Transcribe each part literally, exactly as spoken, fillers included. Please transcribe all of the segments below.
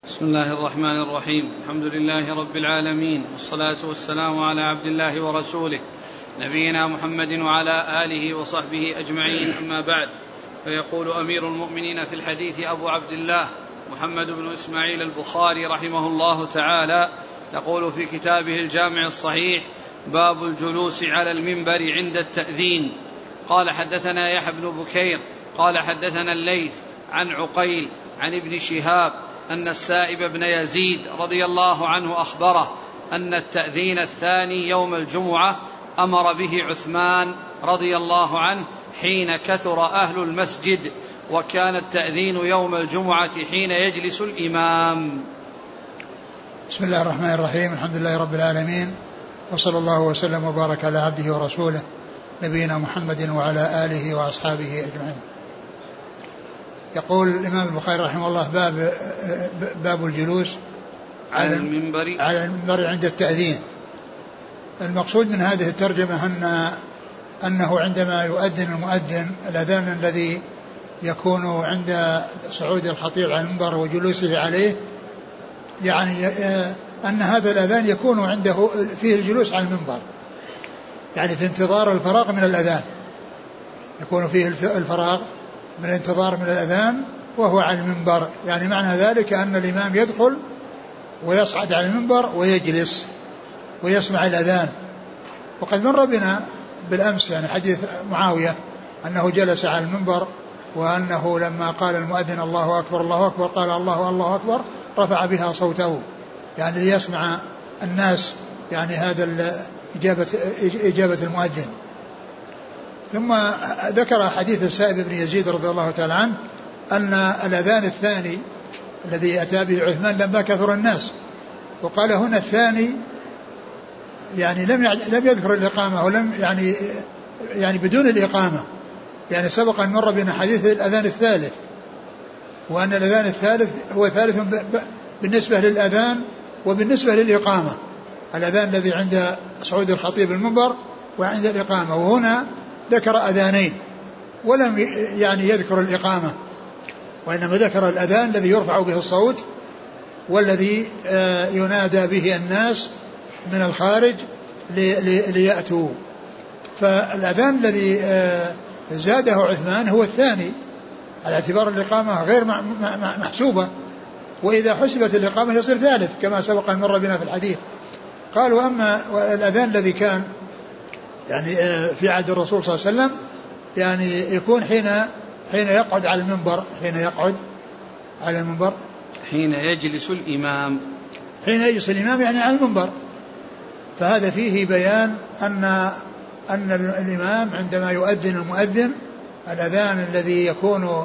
بسم الله الرحمن الرحيم. الحمد لله رب العالمين، والصلاة والسلام على عبد الله ورسوله نبينا محمد وعلى آله وصحبه أجمعين، أما بعد. فيقول أمير المؤمنين في الحديث أبو عبد الله محمد بن إسماعيل البخاري رحمه الله تعالى، يقول في كتابه الجامع الصحيح: باب الجلوس على المنبر عند التأذين. قال حدثنا يحيى بن بكير قال حدثنا الليث عن عقيل عن ابن شهاب أن السائب بن يزيد رضي الله عنه أخبره أن التأذين الثاني يوم الجمعة أمر به عثمان رضي الله عنه حين كثر أهل المسجد، وكان التأذين يوم الجمعة حين يجلس الإمام. بسم الله الرحمن الرحيم. الحمد لله رب العالمين، وصلى الله وسلم وبارك على عبده ورسوله نبينا محمد وعلى آله وأصحابه أجمعين. يقول الإمام البخاري رحمه الله: باب باب الجلوس على المنبر على المنبر عند التأذين. المقصود من هذه الترجمة أن أنه عندما يؤذن المؤذن الأذان الذي يكون عند صعود الخطيب على المنبر وجلوسه عليه، يعني أن هذا الأذان يكون عنده فيه الجلوس على المنبر، يعني في انتظار الفراغ من الأذان، يكون فيه الفراغ من الانتظار من الأذان وهو على المنبر. يعني معنى ذلك أن الإمام يدخل ويصعد على المنبر ويجلس ويسمع الأذان. وقد مر بنا بالأمس يعني حديث معاوية أنه جلس على المنبر، وأنه لما قال المؤذن الله أكبر الله أكبر قال الله الله أكبر رفع بها صوته، يعني ليسمع الناس يعني هذا إجابة, إجابة المؤذن. ثم ذكر حديث السائب بن يزيد رضي الله تعالى عنه أن الأذان الثاني الذي أتى به عثمان لما كثر الناس، وقال هنا الثاني يعني لم لم يذكر الإقامة، ولم يعني يعني بدون الإقامة، يعني سبق أن مر بنا حديث الأذان الثالث، وأن الأذان الثالث هو ثالث بالنسبة للأذان وبالنسبة للإقامة، الأذان الذي عند صعود الخطيب المنبر وعند الإقامة. وهنا ذكر أذانين ولم يعني يذكر الإقامة، وإنما ذكر الأذان الذي يرفع به الصوت والذي ينادى به الناس من الخارج ليأتوا. فالأذان الذي زاده عثمان هو الثاني، على اعتبار الإقامة غير محسوبة، وإذا حسبت الإقامة يصير ثالث كما سبق أن مر بنا في الحديث. قالوا أما الأذان الذي كان يعني في عهد الرسول صلى الله عليه وسلم يعني يكون حين حين يقعد على المنبر حين يقعد على المنبر حين يجلس الإمام حين يجلس الإمام يعني على المنبر. فهذا فيه بيان أن أن الإمام عندما يؤذن المؤذن الأذان الذي يكون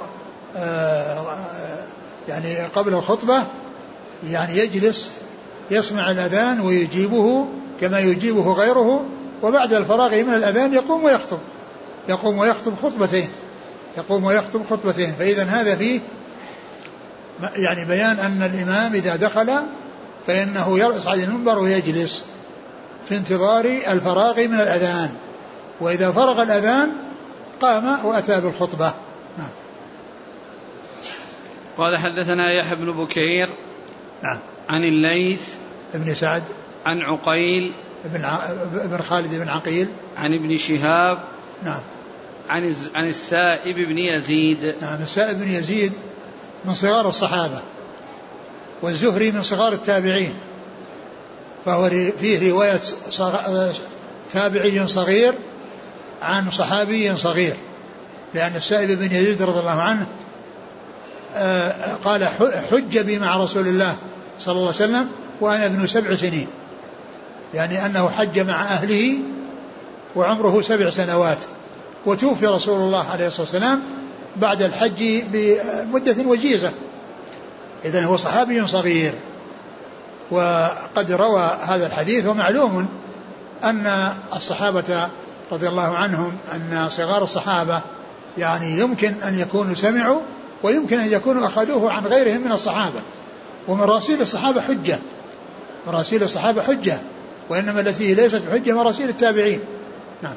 يعني قبل الخطبة يعني يجلس يسمع الأذان ويجيبه كما يجيبه غيره، وبعد الفراغ من الأذان يقوم ويخطب يقوم ويخطب خطبتين يقوم ويخطب خطبتين فإذا هذا فيه يعني بيان أن الإمام إذا دخل فإنه يصعد المنبر ويجلس في انتظار الفراغ من الأذان، وإذا فرغ الأذان قام وأتى بالخطبة. نعم. قال حدثنا يحيى بن بكير نعم عن الليث ابن سعد عن عقيل ابن, ع... ابن خالد بن عقيل عن ابن شهاب نعم عن عن السائب بن يزيد. نعم. السائب بن يزيد من صغار الصحابة، والزهري من صغار التابعين، فهو فيه رواية صغ... تابعي صغير عن صحابي صغير، لأن السائب بن يزيد رضي الله عنه قال حج بي مع رسول الله صلى الله عليه وسلم وأنا ابن سبع سنين، يعني أنه حج مع أهله وعمره سبع سنوات، وتوفي رسول الله عليه الصلاة والسلام بعد الحج بمدة وجيزة، إذن هو صحابي صغير. وقد روى هذا الحديث، ومعلوم أن الصحابة رضي الله عنهم أن صغار الصحابة يعني يمكن أن يكونوا سمعوا ويمكن أن يكونوا أخذوه عن غيرهم من الصحابة، ومراسيل الصحابة حجة مراسيل الصحابة حجة وإنما التي ليست حجة مراسيل التابعين. نعم.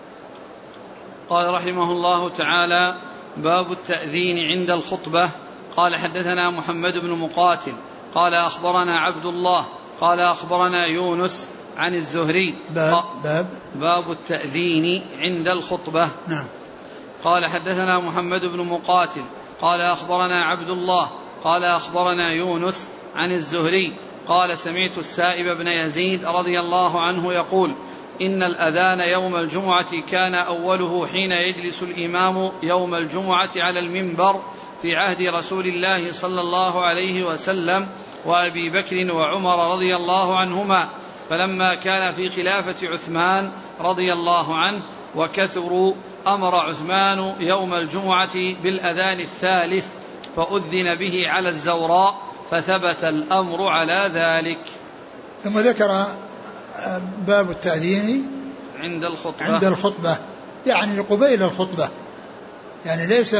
قال رحمه الله تعالى: باب التأذين عند الخطبة. قال حدثنا محمد بن مقاتل قال أخبرنا عبد الله قال أخبرنا يونس عن الزهري. باب, باب, باب التأذين عند الخطبة. نعم. قال حدثنا محمد بن مقاتل قال أخبرنا عبد الله قال أخبرنا يونس عن الزهري قال سمعت السائب بن يزيد رضي الله عنه يقول إن الأذان يوم الجمعة كان أوله حين يجلس الإمام يوم الجمعة على المنبر في عهد رسول الله صلى الله عليه وسلم وأبي بكر وعمر رضي الله عنهما، فلما كان في خلافة عثمان رضي الله عنه وكثروا أمر عثمان يوم الجمعة بالأذان الثالث فأذن به على الزوراء فثبت الأمر على ذلك. ثم ذكر باب التأذين عند الخطبة عند الخطبة يعني قبيل الخطبة، يعني ليس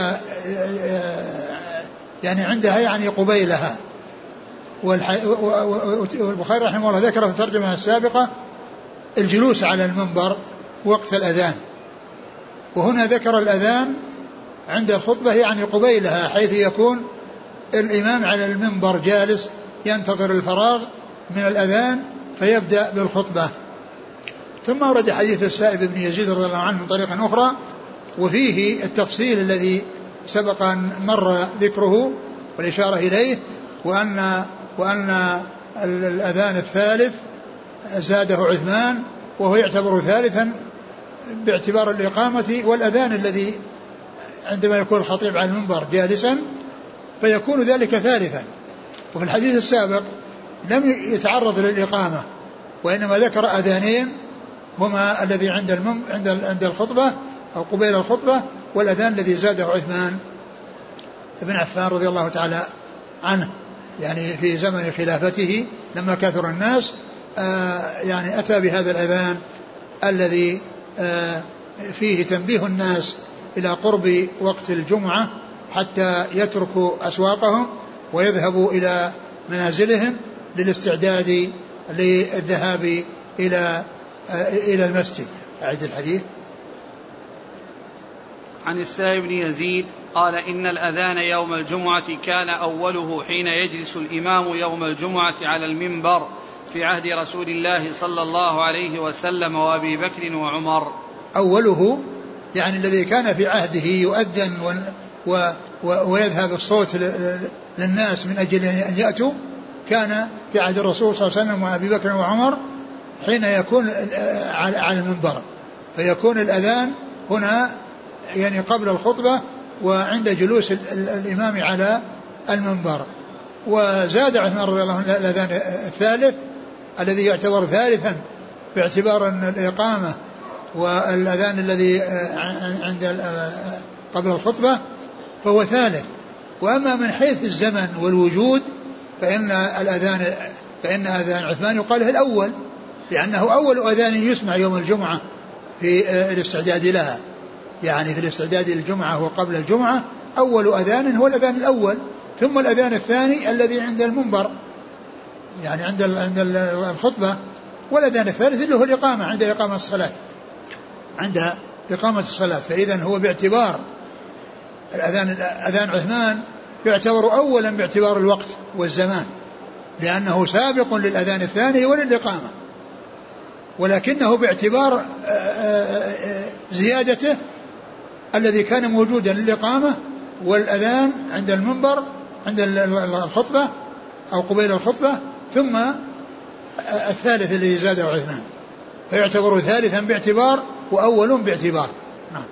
يعني عندها يعني قبيلها. والبخاري رحمه الله ذكر في الترجمة السابقة الجلوس على المنبر وقت الأذان، وهنا ذكر الأذان عند الخطبة يعني قبيلها، حيث يكون الإمام على المنبر جالس ينتظر الفراغ من الأذان فيبدأ بالخطبة. ثم ورد حديث السائب بن يزيد رضي الله عنه من طريق أخرى، وفيه التفصيل الذي سبق أن مر ذكره والإشارة إليه، وأن وأن الأذان الثالث زاده عثمان وهو يعتبر ثالثا باعتبار الإقامة والأذان الذي عندما يكون الخطيب على المنبر جالسا فيكون ذلك ثالثا. وفي الحديث السابق لم يتعرض للإقامة، وإنما ذكر أذانين هما الذي عند المم عند عند الخطبة أو قبيل الخطبة، والأذان الذي زاده عثمان بن عفان رضي الله تعالى عنه، يعني في زمن خلافته لما كثر الناس آه يعني أتى بهذا الأذان الذي آه فيه تنبيه الناس إلى قرب وقت الجمعة حتى يتركوا أسواقهم ويذهبوا إلى منازلهم للاستعداد للذهاب إلى آه إلى المسجد. أعد الحديث. عن السائب بن يزيد قال إن الأذان يوم الجمعة كان أوله حين يجلس الإمام يوم الجمعة على المنبر في عهد رسول الله صلى الله عليه وسلم وأبي بكر وعمر. أوله يعني الذي كان في عهده يؤذن و و و ويذهب الصوت للناس من أجل أن يأتوا، كان في عهد الرسول صلى الله عليه وسلم وأبي بكر وعمر حين يكون على المنبر، فيكون الأذان هنا يعني قبل الخطبة وعند جلوس الإمام على المنبر. وزاد عثمان رضي الله عنه الأذان الثالث الذي يعتبر ثالثا باعتبار أن الإقامة والأذان الذي عند قبل الخطبة فهو ثالث. وأما من حيث الزمن والوجود فإن الأذان فإن أذان عثمان يقال الأول، لأنه أول أذان يسمع يوم الجمعة في الاستعداد لها، يعني في الاستعداد للجمعة وقبل الجمعة أول أذان هو الأذان الأول، ثم الأذان الثاني الذي عند المنبر يعني عند عند الخطبة، والأذان الثالث اللي هو الإقامة عند إقامة الصلاة عند إقامة الصلاة. فإذا هو باعتبار الأذان أذان عثمان يعتبر أولا باعتبار الوقت والزمان، لأنه سابق للأذان الثاني وللإقامة، ولكنه باعتبار زيادته الذي كان موجودا للإقامة والأذان عند المنبر عند الخطبة أو قبيل الخطبة، ثم الثالث الذي زاده عثمان، فيعتبر ثالثا باعتبار وأول باعتبار. نعم.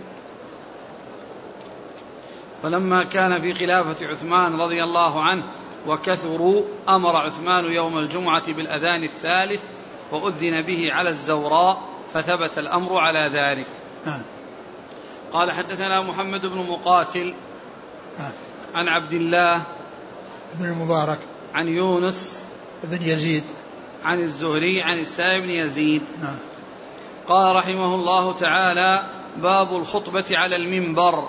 فلما كان في خلافة عثمان رضي الله عنه وكثروا أمر عثمان يوم الجمعة بالأذان الثالث وأذن به على الزوراء فثبت الأمر على ذلك. نعم. قال حدثنا محمد بن مقاتل نعم. عن عبد الله بن المبارك عن يونس بن يزيد عن الزهري عن السائب بن يزيد. نعم. قال رحمه الله تعالى باب الخطبة على المنبر.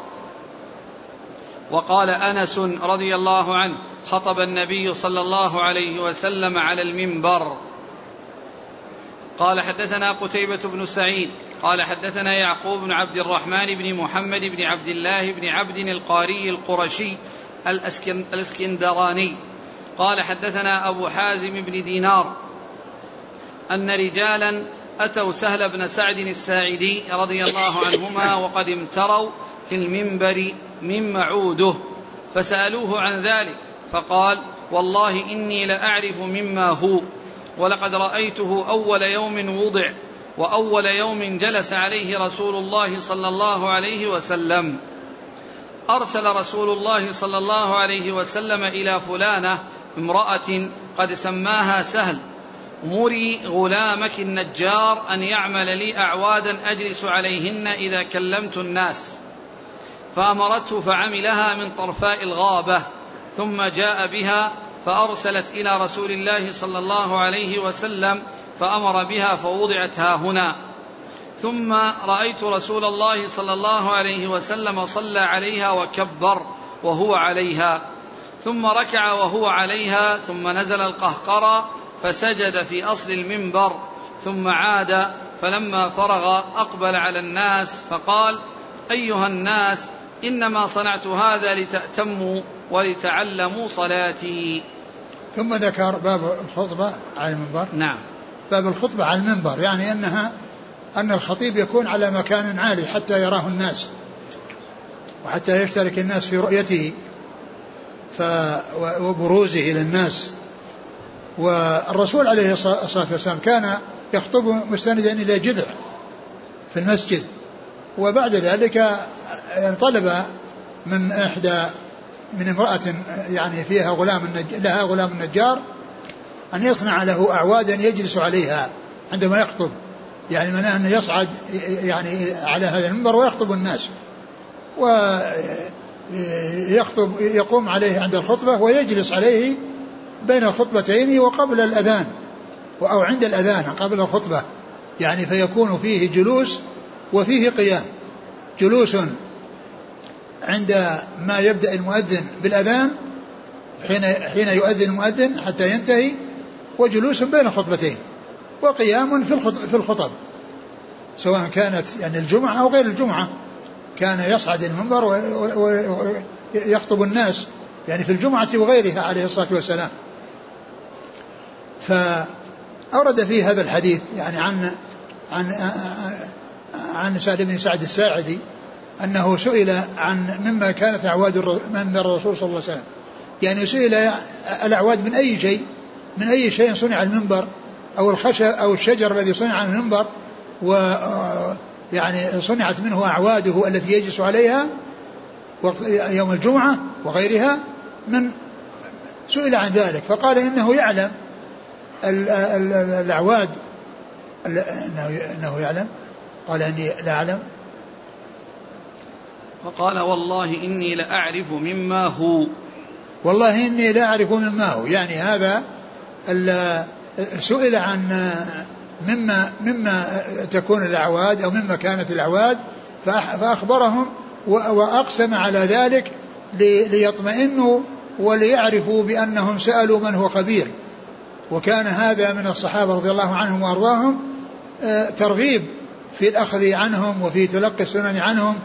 وقال أنس رضي الله عنه خطب النبي صلى الله عليه وسلم على المنبر. قال حدثنا قتيبة بن سعيد قال حدثنا يعقوب بن عبد الرحمن بن محمد بن عبد الله بن عبد القاري القرشي الاسكندراني قال حدثنا أبو حازم بن دينار أن رجالا أتوا سهل بن سعد الساعدي رضي الله عنهما وقد امتروا في المنبر من معوده فسألوه عن ذلك فقال والله إني لأعرف مما هو ولقد رأيته أول يوم وضع وأول يوم جلس عليه رسول الله صلى الله عليه وسلم. أرسل رسول الله صلى الله عليه وسلم إلى فلانة امرأة قد سماها سهل مري غلامك النجار أن يعمل لي أعوادا أجلس عليهن إذا كلمت الناس، فأمرته فعملها من طرفاء الغابة ثم جاء بها فأرسلت إلى رسول الله صلى الله عليه وسلم فأمر بها فوضعت ها هنا. ثم رأيت رسول الله صلى الله عليه وسلم صلى عليها وكبر وهو عليها ثم ركع وهو عليها ثم نزل القهقرى فسجد في أصل المنبر ثم عاد فلما فرغ أقبل على الناس فقال أيها الناس إنما صنعت هذا لتأتموا ولتعلموا صلاتي. ثم ذكر باب الخطبة على المنبر. نعم. باب الخطبة على المنبر يعني أنها أن الخطيب يكون على مكان عالي حتى يراه الناس وحتى يشترك الناس في رؤيته وبروزه للناس. والرسول عليه الصلاة والسلام كان يخطب مستندا إلى جذع في المسجد، وبعد ذلك طلب من إحدى من امرأة يعني فيها غلام لها غلام النجار أن يصنع له أعوادا يجلس عليها عندما يخطب، يعني معناه أنه يصعد يعني على هذا المنبر ويخطب الناس ويخطب يقوم عليه عند الخطبة ويجلس عليه بين الخطبتين وقبل الأذان أو عند الأذان قبل الخطبة، يعني فيكون فيه جلوس وفيه قيام، جلوس عند ما يبدأ المؤذن بالأذان حين حين يؤذن المؤذن حتى ينتهي، وجلوس بين الخطبتين، وقيام في الخطب سواء كانت يعني الجمعة أو غير الجمعة. كان يصعد المنبر ويخطب الناس يعني في الجمعة وغيرها عليه الصلاة والسلام. فأورد فيه هذا الحديث يعني عن عن عن سهل بن سعد الساعدي أنه سئل عن مما كانت أعواد منبر الرسول صلى الله عليه وسلم، يعني سئل الأعواد من أي شيء من أي شيء صنع المنبر أو الخشب أو الشجر الذي صنع المنبر ويعني صنعت منه أعواده التي يجلس عليها يوم الجمعة وغيرها من سئل عن ذلك فقال إنه يعلم الأعواد إنه يعلم قال إني لا أعلم فقال والله إني لأعرف مما هو والله إني لا أعرف مما هو يعني هذا سئل عن مما مما تكون الأعواد أو مما كانت الأعواد فأخبرهم وأقسم على ذلك ليطمئنوا وليعرفوا بأنهم سألوا من هو خبير. وكان هذا من الصحابة رضي الله عنهم وأرضاهم ترغيب في الأخذ عنهم وفي تلقي السنن عنهم،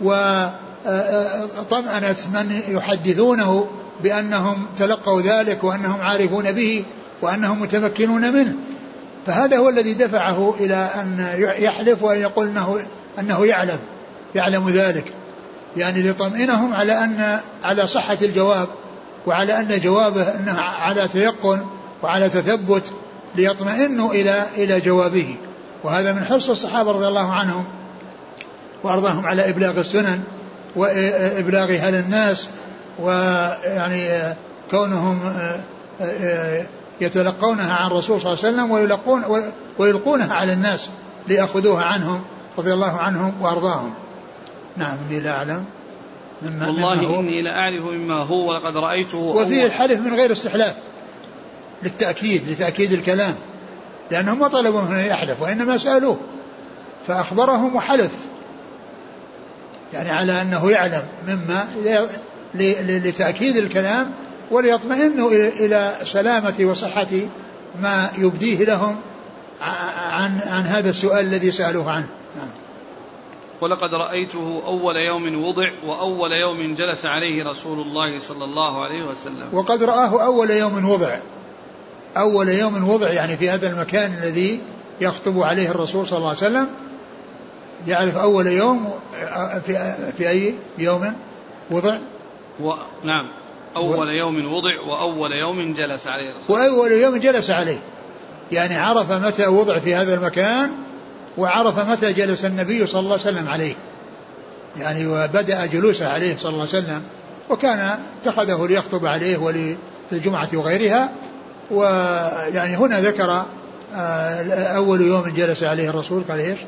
وطمأنة من يحدثونه بأنهم تلقوا ذلك وأنهم عارفون به وأنهم متمكنون منه. فهذا هو الذي دفعه إلى أن يحلف وأن يقول أنه, أنه يعلم يعلم ذلك، يعني ليطمئنهم على أن على صحة الجواب وعلى أن جوابه أنه على تيقن وعلى تثبت ليطمئنوا إلى إلى جوابه. وهذا من حرص الصحابة رضي الله عنهم وأرضاهم على إبلاغ السنن وإبلاغها للناس، ويعني كونهم يتلقونها عن الرسول صلى الله عليه وسلم ويلقون ويلقونها على الناس ليأخذوها عنهم رضي الله عنهم وأرضاهم. نعم إني لا أعلم مما والله مما إني لا أعرف مما هو ولقد رأيته. وفيه الحلف من غير استحلاف للتأكيد لتأكيد الكلام، لأنهم ما طلبوا منه يحلف وإنما سألوه فأخبرهم وحلف يعني على أنه يعلم مما لتأكيد الكلام وليطمئنوا إلى سلامة وصحة ما يبديه لهم عن عن هذا السؤال الذي سألوه عنه. نعم. ولقد رأيته أول يوم وضع وأول يوم جلس عليه رسول الله صلى الله عليه وسلم. وقد رآه أول يوم وضع، أول يوم وضع يعني في هذا المكان الذي يخطب عليه الرسول صلى الله عليه وسلم. يعرف أول يوم في, في أي يوم وضع و... نعم أول و... يوم وضع وأول يوم جلس عليه الرسول، وأول يوم جلس عليه، يعني عرف متى وضع في هذا المكان وعرف متى جلس النبي صلى الله عليه وسلم عليه، يعني وبدأ جلوسه عليه صلى الله عليه وسلم، وكان اتخذه ليخطب عليه وللجمعة وغيرها. ويعني هنا ذكر أول يوم جلس عليه الرسول قال إيش؟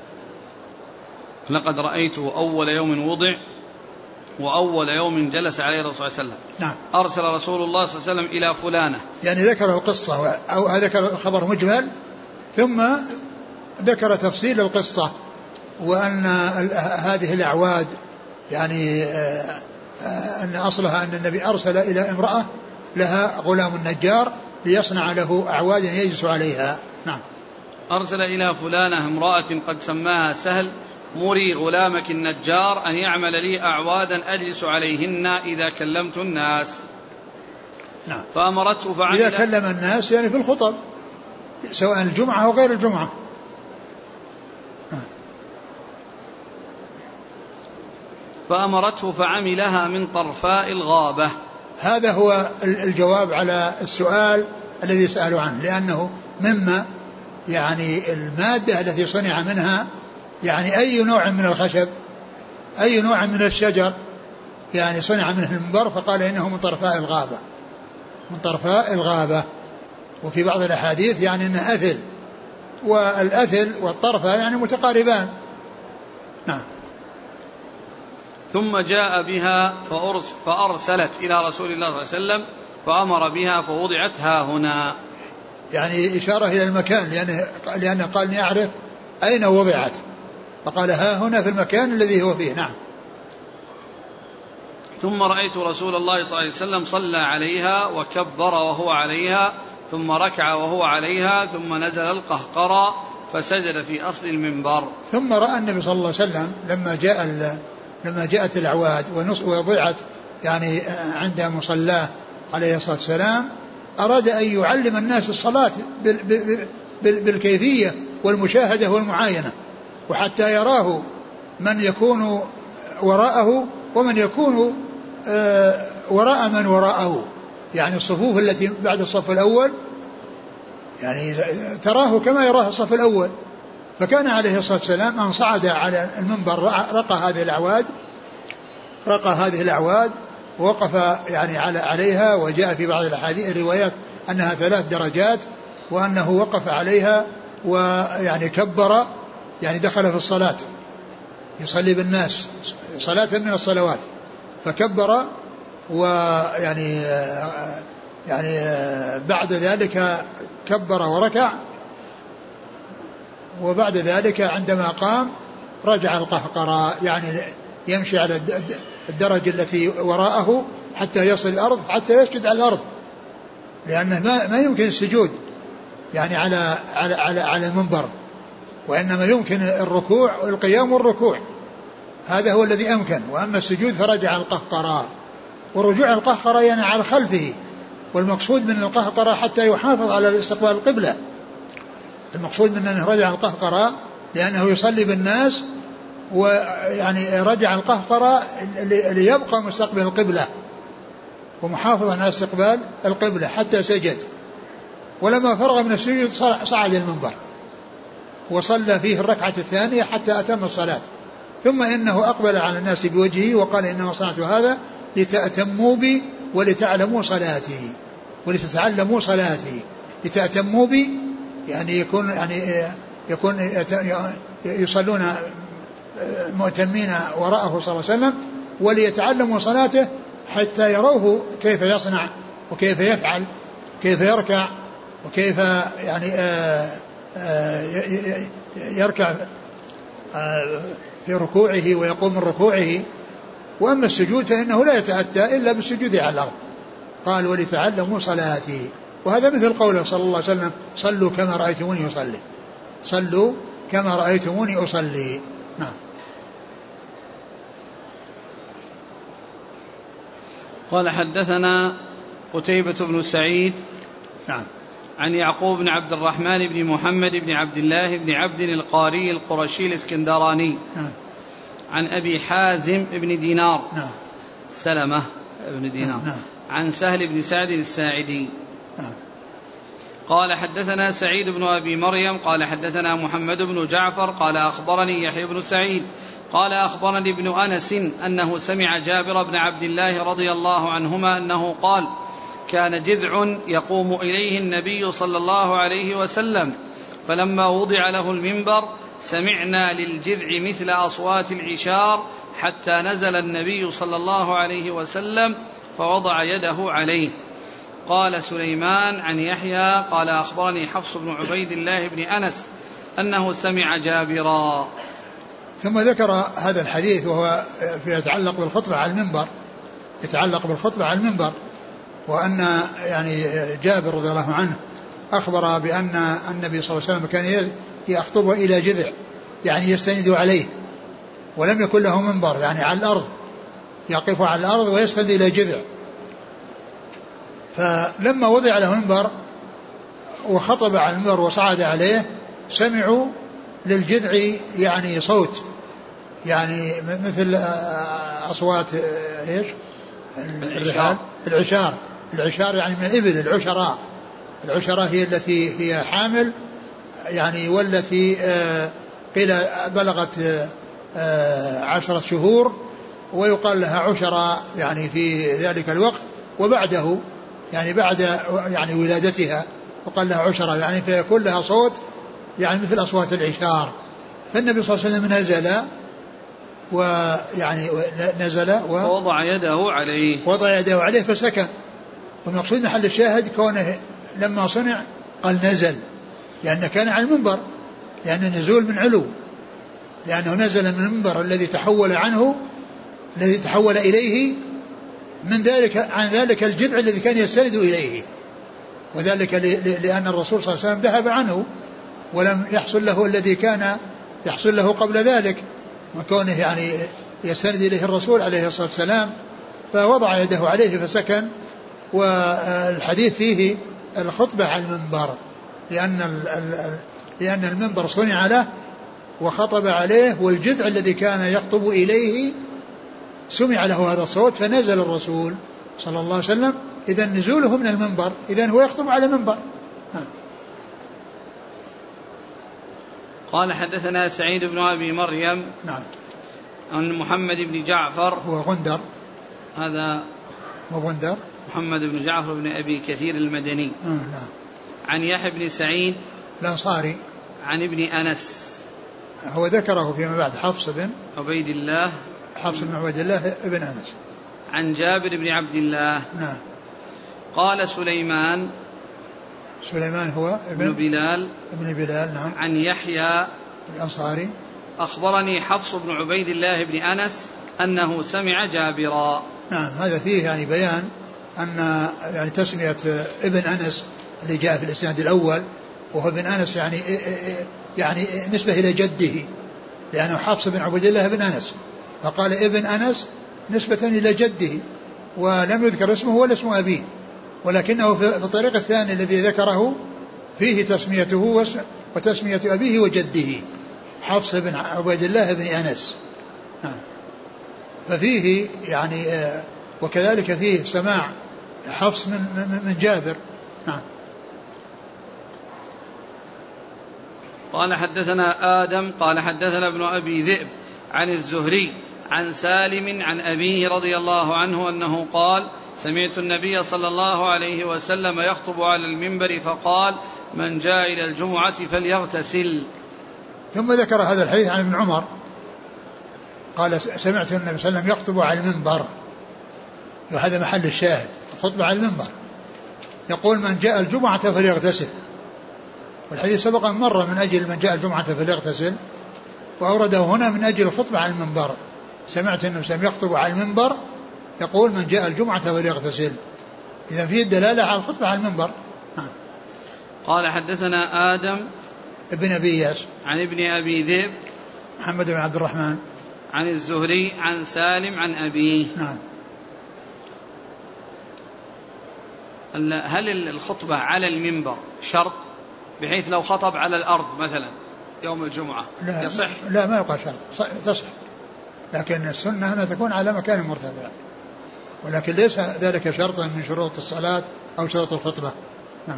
لقد رأيته أول يوم وضع وأول يوم جلس عليه الرسول صلى الله عليه وسلم. نعم. أرسل رسول الله صلى الله عليه وسلم إلى فلانة، يعني ذكر القصة أو ذكر الخبر مجمل ثم ذكر تفصيل القصة، وأن هذه الأعواد يعني أن أصلها أن النبي أرسل إلى امرأة لها غلام النجار ليصنع له أعواد يجلس عليها. نعم. أرسل إلى فلانة امرأة قد سماها سهل مري غلامك النجار أن يعمل لي أعوادا أجلس عليهن إذا كلمت الناس. نعم. فأمرته فعمل. إذا كلم الناس يعني في الخطب سواء الجمعة أو غير الجمعة. نعم. فأمرته فعملها من طرفاء الغابة. هذا هو الجواب على السؤال الذي سألوا عنه، لأنه مما يعني المادة التي صنع منها يعني أي نوع من الخشب أي نوع من الشجر يعني صنع منه المنبر، فقال إنه من طرفاء الغابة، من طرفاء الغابة. وفي بعض الأحاديث يعني إنه أثل، والأثل والطرفة يعني متقاربان. نعم. ثم جاء بها فأرسلت إلى رسول الله صلى الله عليه وسلم فأمر بها فوضعت ها هنا، يعني إشارة إلى المكان، لأنه, لأنه قال إني أعرف أين وضعت، فقال ها هنا في المكان الذي هو فيه. نعم. ثم رأيت رسول الله صلى الله عليه وسلم صلى عليها وكبر وهو عليها ثم ركع وهو عليها ثم نزل القهقرى فسجد في أصل المنبر. ثم رأى النبي صلى الله عليه وسلم لما جاء لما جاءت الأعواد ووضعت يعني عند مصلاه عليه الصلاة والسلام، أراد أن يعلم الناس الصلاة بالكيفية والمشاهدة والمعاينة، وحتى يراه من يكون وراءه ومن يكون وراء من وراءه، يعني الصفوف التي بعد الصف الأول يعني تراه كما يراه الصف الأول. فكان عليه الصلاة والسلام أن صعد على المنبر رقى هذه الأعواد رقى هذه الأعواد ووقف يعني على عليها، وجاء في بعض الأحاديث الروايات أنها ثلاث درجات، وأنه وقف عليها ويعني كبر، يعني دخل في الصلاة يصلي بالناس صلاة من الصلوات، فكبر ويعني يعني بعد ذلك كبر وركع، وبعد ذلك عندما قام رجع القهقرى، يعني يمشي على الدرجة التي وراءه حتى يصل الأرض، حتى يسجد على الأرض، لأنه ما, ما يمكن السجود يعني على على على, على المنبر، وإنما يمكن الركوع والقيام والركوع، هذا هو الذي أمكن. وأما السجود فرجع القهقرى، ورجوع القهقرى يعني على خلفه، والمقصود من القهقرى حتى يحافظ على استقبال القبلة، المقصود من أنه رجع القهقرى لأنه يصلي بالناس، ويعني رجع القهقرى ليبقى مستقبل القبلة ومحافظا على استقبال القبلة حتى سجد. ولما فرغ من السجود صعد المنبر وصلى فيه الركعة الثانية حتى أتم الصلاة، ثم إنه أقبل على الناس بوجهه وقال إنما صنعت هذا لتأتموا بي ولتعلموا صلاتي ولتتعلموا صلاتي. لتأتموا بي يعني يكون يعني يكون يصلون مؤتمين وراءه صلى الله عليه وسلم، وليتعلموا صلاته حتى يروه كيف يصنع وكيف يفعل، كيف يركع وكيف يعني يركع في ركوعه ويقوم من ركوعه. وأما السجود فإنه لا يتأتى إلا بالسجود على الأرض. قال ولتعلموا صلاتي، وهذا مثل قوله صلى الله عليه وسلم صلوا كما رأيتموني أصلي، صلوا كما رأيتموني أصلي. نعم. قال حدثنا قتيبة بن سعيد نعم عن يعقوب بن عبد الرحمن بن محمد بن عبد الله بن عبد القاري القرشي الاسكندراني نعم عن أبي حازم بن دينار نعم سلمة بن دينار نعم عن سهل بن سعد الساعدي نعم قال حدثنا سعيد بن أبي مريم قال حدثنا محمد بن جعفر قال أخبرني يحيى بن سعيد قال أخبرني ابن أنس أنه سمع جابر بن عبد الله رضي الله عنهما أنه قال كان جذع يقوم إليه النبي صلى الله عليه وسلم فلما وضع له المنبر سمعنا للجذع مثل أصوات العشار حتى نزل النبي صلى الله عليه وسلم فوضع يده عليه. قال سليمان عن يحيى قال أخبرني حفص بن عبيد الله بن أنس أنه سمع جابرا. ثم ذكر هذا الحديث وهو في يتعلق بالخطبة على المنبر يتعلق بالخطبة على المنبر وأن يعني جابر رضي الله عنه أخبر بأن النبي صلى الله عليه وسلم كان يخطب إلى جذع يعني يستند عليه ولم يكن له منبر يعني على الأرض يقف على الأرض ويستند إلى جذع. فلما وضع له منبر وخطب على المنبر وصعد عليه سمعوا للجذع يعني صوت يعني مثل أصوات إيش العشار العشار العشار يعني من الإبل العشراء العشراء هي التي هي حامل يعني والتي قيل بلغت عشرة شهور ويقال لها عشراء يعني في ذلك الوقت وبعده يعني بعد يعني ولادتها وقال لها عشراء يعني فيكون لها صوت يعني مثل أصوات العشار. فالنبي صلى الله عليه وسلم نزل ويعني نزل ووضع يده عليه وضع يده عليه فسكن. والمقصود محل الشاهد كونه لما صنع قال نزل لأنه كان على المنبر لأن النزول من علو لأنه نزل من المنبر الذي تحول عنه الذي تحول إليه من ذلك عن ذلك الجذع الذي كان يستند إليه وذلك لأن الرسول صلى الله عليه وسلم ذهب عنه ولم يحصل له الذي كان يحصل له قبل ذلك وكونه يعني يستند إليه الرسول عليه الصلاة والسلام فوضع يده عليه فسكن. والحديث فيه الخطبة على المنبر لأن لأن المنبر صنع له وخطب عليه والجذع الذي كان يخطب إليه سمع له هذا الصوت فنزل الرسول صلى الله عليه وسلم إذا نزوله من المنبر إذا هو يخطب على منبر. قال حدثنا سعيد بن أبي مريم نعم عن محمد بن جعفر هو غندر هذا وغندر محمد بن جعفر بن أبي كثير المدني آه نعم عن يحيى بن سعيد الأنصاري عن ابن أنس هو ذكره فيما بعد حفص بن عبيد الله حفص بن عبيد الله ابن أنس عن جابر بن عبد الله نعم. قال سليمان سليمان هو ابن, ابن بلال ابن بلال نعم عن يحيى الأنصاري أخبرني حفص بن عبيد الله بن أنس أنه سمع جابرا. نعم هذا فيه يعني بيان أن يعني تسمية ابن أنس اللي جاء في الإسناد الأول وهو ابن أنس يعني يعني نسبة إلى جده لأنه حفص بن عبيد الله بن أنس فقال ابن أنس نسبة إلى جده ولم يذكر اسمه ولا اسم أبيه ولكنه في الطريق الثاني الذي ذكره فيه تسميته وتسمية أبيه وجده حفص بن عبيد الله بن أنس. ففيه يعني وكذلك فيه سماع حفص من, من جابر. نعم. قال حدثنا آدم قال حدثنا ابن أبي ذئب عن الزهري عن سالم عن أبيه رضي الله عنه أنه قال سمعت النبي صلى الله عليه وسلم يخطب على المنبر فقال من جاء إلى الجمعة فليغتسل. ثم ذكر هذا الحديث عن ابن عمر قال سمعت النبي صلى الله عليه وسلم يخطب على المنبر وهذا محل الشاهد الخطبة على المنبر يقول من جاء الجمعة فليغتسل والحديث سبق مرة من أجل من جاء الجمعة فليغتسل وأورده هنا من أجل الخطبة على المنبر. سمعت النبي صلى الله عليه وسلم يخطب على المنبر يقول من جاء الجمعة فليغتسل إذا فيه الدلالة على الخطبة على المنبر. قال حدثنا آدم ابن أبي إياس عن ابن أبي ذئب محمد بن عبد الرحمن عن الزهري عن سالم عن أبيه. نعم. هل الخطبة على المنبر شرط بحيث لو خطب على الأرض مثلا يوم الجمعة لا يصح؟ لا ما يقال شرط، تصح، لكن السنة أنها تكون على مكان مرتفع، ولكن ليس ذلك شرطا من شروط الصلاة أو شروط الخطبة. نعم.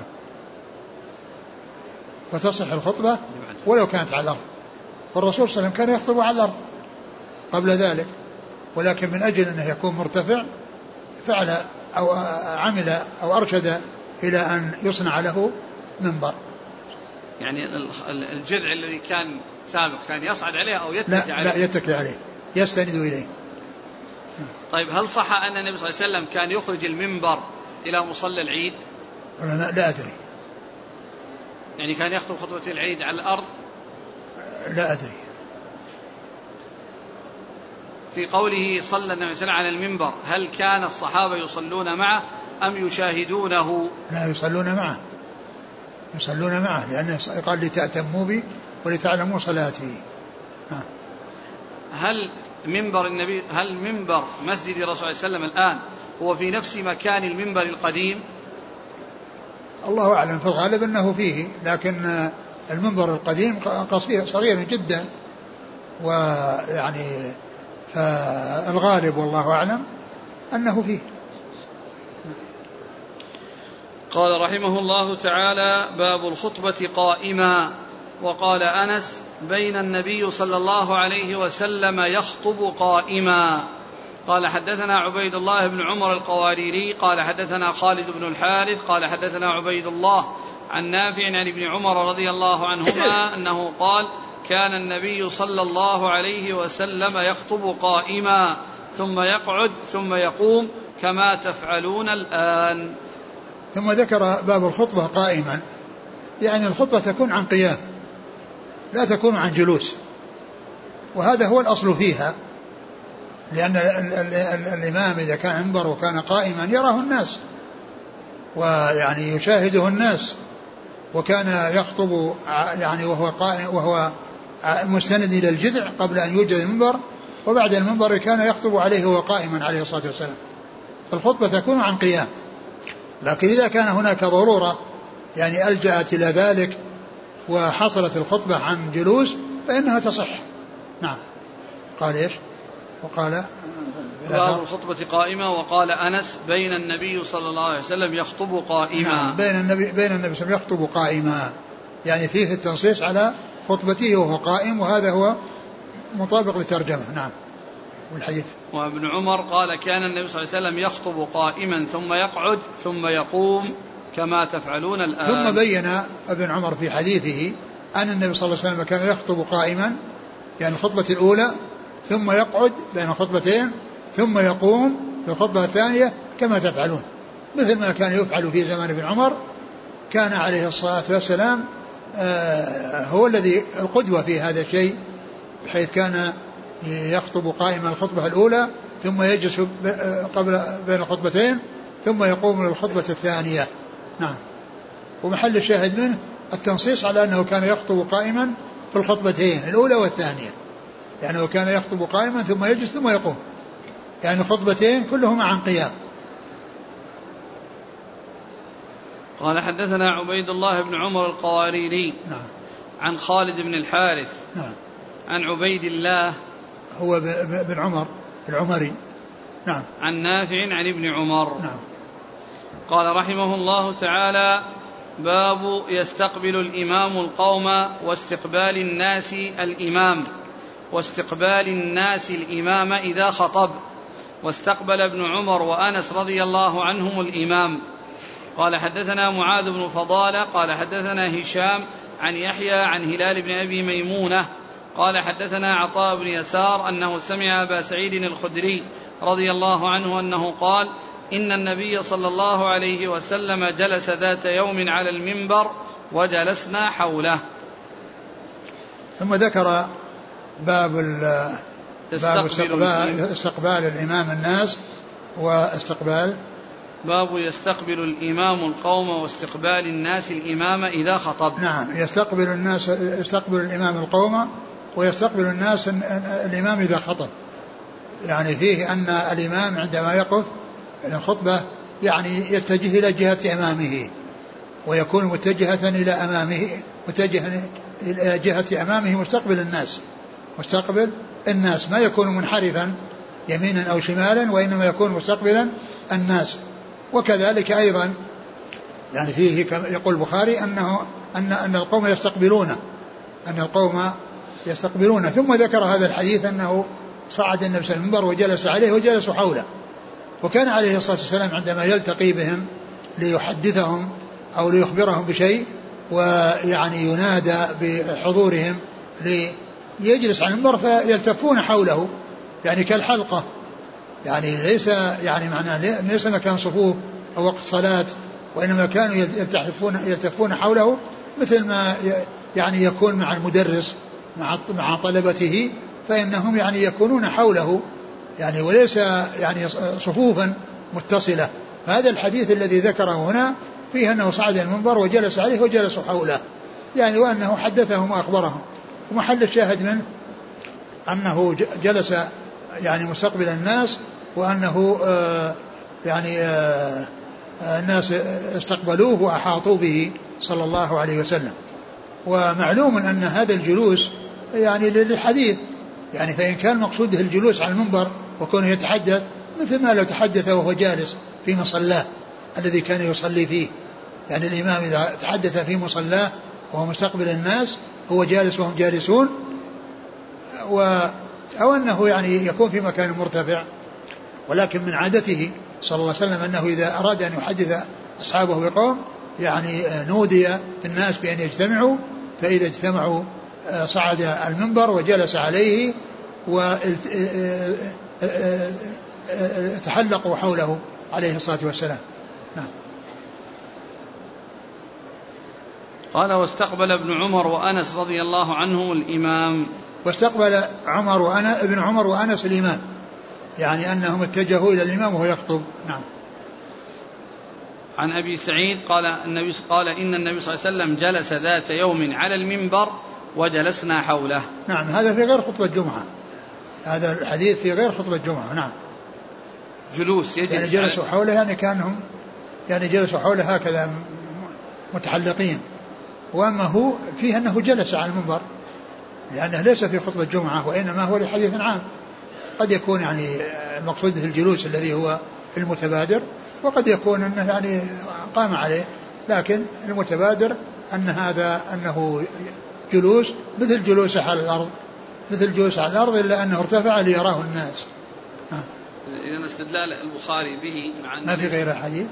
فتصح الخطبة ولو كانت على الأرض، فالرسول صلى الله عليه وسلم كان يخطب على الأرض قبل ذلك، ولكن من أجل أنه يكون مرتفع فعل أو عمل أو أرشد إلى أن يصنع له منبر. يعني الجذع الذي كان سابق كان يصعد عليه أو يتكي لا عليه؟ لا يتكي عليه، يستند إليه. طيب هل صح أن النبي صلى الله عليه وسلم كان يخرج المنبر إلى مصلى العيد؟ لا, لا أدري. يعني كان يخطب خطبة العيد على الأرض؟ لا أدري. في قوله صلى النبي صلى الله عليه وسلم على المنبر، هل كان الصحابة يصلون معه أم يشاهدونه؟ لا يصلون معه، يصلون معه، لأنه قال لتأتموا بي ولتعلموا صلاتي. هل منبر النبي هل منبر مسجد الرسول صلى الله عليه وسلم الآن هو في نفس مكان المنبر القديم؟ الله أعلم، في الغالب أنه فيه، لكن المنبر القديم قصير صغير جدا، ويعني فالغالب والله أعلم أنه فيه. قال رحمه الله تعالى: باب الخطبة قائما. وقال أنس: بين النبي صلى الله عليه وسلم يخطب قائما. قال حدثنا عبيد الله بن عمر القواريري قال حدثنا خالد بن الحارث قال حدثنا عبيد الله عن نافع عن ابن عمر رضي الله عنهما أنه قال: كان النبي صلى الله عليه وسلم يخطب قائما ثم يقعد ثم يقوم كما تفعلون الآن. ثم ذكر باب الخطبة قائما، يعني الخطبة تكون عن قيام لا تكون عن جلوس، وهذا هو الأصل فيها، لأن ال ال ال الإمام إذا كان منبر وكان قائما يراه الناس ويعني يشاهده الناس، وكان يخطب يعني وهو قائم وهو مستند إلى الجذع قبل أن يوجد المنبر، وبعد المنبر كان يخطب عليه وهو قائما عليه الصلاة والسلام. الخطبة تكون عن قيام، لكن إذا كان هناك ضرورة يعني ألجأت إلى ذلك وحصلت الخطبة عن جلوس فإنها تصح. نعم. قال إيش؟ وقال باب الخطبة قائمة. وقال أنس: بين النبي صلى الله عليه وسلم يخطب قائما. نعم. بين النبي بين النبي صلى الله عليه وسلم يخطب قائما، يعني فيه التنصيص على خطبته وهو قائم، وهذا هو مطابق للترجمة. نعم. والحديث: وابن عمر قال: كان النبي صلى الله عليه وسلم يخطب قائما ثم يقعد ثم يقوم كما تفعلون الآن. ثم بين ابن عمر في حديثه أن النبي صلى الله عليه وسلم كان يخطب قائما، يعني الخطبة الأولى، ثم يقعد بين الخطبتين، ثم يقوم في الخطبة الثانية كما تفعلون، مثل ما كان يفعل في زمان ابن عمر. كان عليه الصلاة والسلام هو الذي القدوة في هذا الشيء، بحيث كان يخطب قائما الخطبة الأولى ثم يجلس قبل بين الخطبتين ثم يقوم للخطبة الثانية. نعم. ومحل الشاهد منه التنصيص على أنه كان يخطب قائما في الخطبتين الأولى والثانية، يعني هو كان يخطب قائما ثم يجلس ثم يقوم، يعني الخطبتين كلهما عن قيام. قال حدثنا عبيد الله بن عمر القواريري. نعم. عن خالد بن الحارث. نعم. عن عبيد الله هو بن عمر العمري. نعم. عن نافع عن ابن عمر. نعم. قال رحمه الله تعالى: باب يستقبل الإمام القوم واستقبال الناس الإمام واستقبال الناس الإمام إذا خطب. واستقبل ابن عمر وأنس رضي الله عنهم الإمام. قال حدثنا معاذ بن فضالة قال حدثنا هشام عن يحيى عن هلال بن أبي ميمونة قال حدثنا عطاء بن يسار أنه سمع أبا سعيد الخدري رضي الله عنه أنه قال: إن النبي صلى الله عليه وسلم جلس ذات يوم على المنبر وجلسنا حوله. ثم ذكر باب باب استقبال, استقبال الإمام الناس واستقبال باب يستقبل الإمام القوم واستقبال الناس الإمام إذا خطب. نعم. يستقبل الناس يستقبل الإمام القوم ويستقبل الناس الإمام إذا خطب، يعني فيه أن الإمام عندما يقف الخطبة يعني يتجه إلى جهة أمامه، ويكون متجهة إلى أمامه، متجها إلى جهة أمامه مستقبل الناس، مستقبل الناس، ما يكون منحرفا يمينا أو شمالا، وإنما يكون مستقبلا الناس. وكذلك أيضا يعني فيه يقول البخاري أنه أن أن القوم يستقبلون أن القوم يستقبلون ثم ذكر هذا الحديث أنه صعد النبي صلى الله عليه وسلم المنبر وجلس عليه وجلسوا حوله. وكان عليه الصلاة والسلام عندما يلتقي بهم ليحدثهم أو ليخبرهم بشيء ويعني ينادى بحضورهم ليجلس على المنبر فيلتفون حوله يعني كالحلقة، يعني ليس يعني معناه ليس مكان صفوف أو وقت صلاة، وإنما كانوا يلتفون يلتفون حوله مثل ما يعني يكون مع المدرس مع مع طلبته، فإنهم يعني يكونون حوله يعني وليس يعني صفوفا متصلة. فهذا الحديث الذي ذكره هنا فيه أنه صعد المنبر وجلس عليه وجلسوا حوله، يعني وأنه حدثهم وأخبرهم. ومحل الشاهد منه أنه جلس يعني مستقبل الناس، وأنه آه يعني آه الناس استقبلوه وأحاطوا به صلى الله عليه وسلم. ومعلوم أن هذا الجلوس يعني للحديث، يعني فإن كان مقصوده الجلوس على المنبر وكونه يتحدث مثل ما لو تحدث وهو جالس في مصلاه الذي كان يصلي فيه، يعني الإمام إذا تحدث في مصلاه وهو مستقبل الناس هو جالس وهم جالسون، و أو أنه يعني يكون في مكان مرتفع. ولكن من عادته صلى الله عليه وسلم أنه إذا أراد أن يحدث أصحابه بقوم يعني نودي في الناس بأن يجتمعوا، فإذا اجتمعوا صعد المنبر وجلس عليه وتحلقوا حوله عليه الصلاة والسلام. نعم. قال واستقبل ابن عمر وأنس رضي الله عنهم الإمام. واستقبل عمر وأنا ابن عمر وأنس الإمام، يعني أنهم اتجهوا إلى الإمام وهو يخطب. نعم. عن أبي سعيد قال النبي قال إن النبي صلى الله عليه وسلم جلس ذات يوم على المنبر وجلسنا حوله. نعم. هذا في غير خطبة الجمعة، هذا الحديث في غير خطبة الجمعة. نعم. جلوس يجلس يعني جلسوا حوله يعني كانهم يعني جلسوا حوله هكذا متحلقين، وأما هو فيه أنه جلس على المنبر لأنه ليس في خطبة الجمعة، وإنما هو لحديث عام. قد يكون يعني المقصود به الجلوس الذي هو المتبادر، وقد يكون أنه يعني قام عليه، لكن المتبادر أن هذا أنه جلوس مثل جلوس على الأرض، مثل جلوس على الأرض إلا أنه ارتفع ليراه الناس. إذن استدلال البخاري به مع ما في غير حديث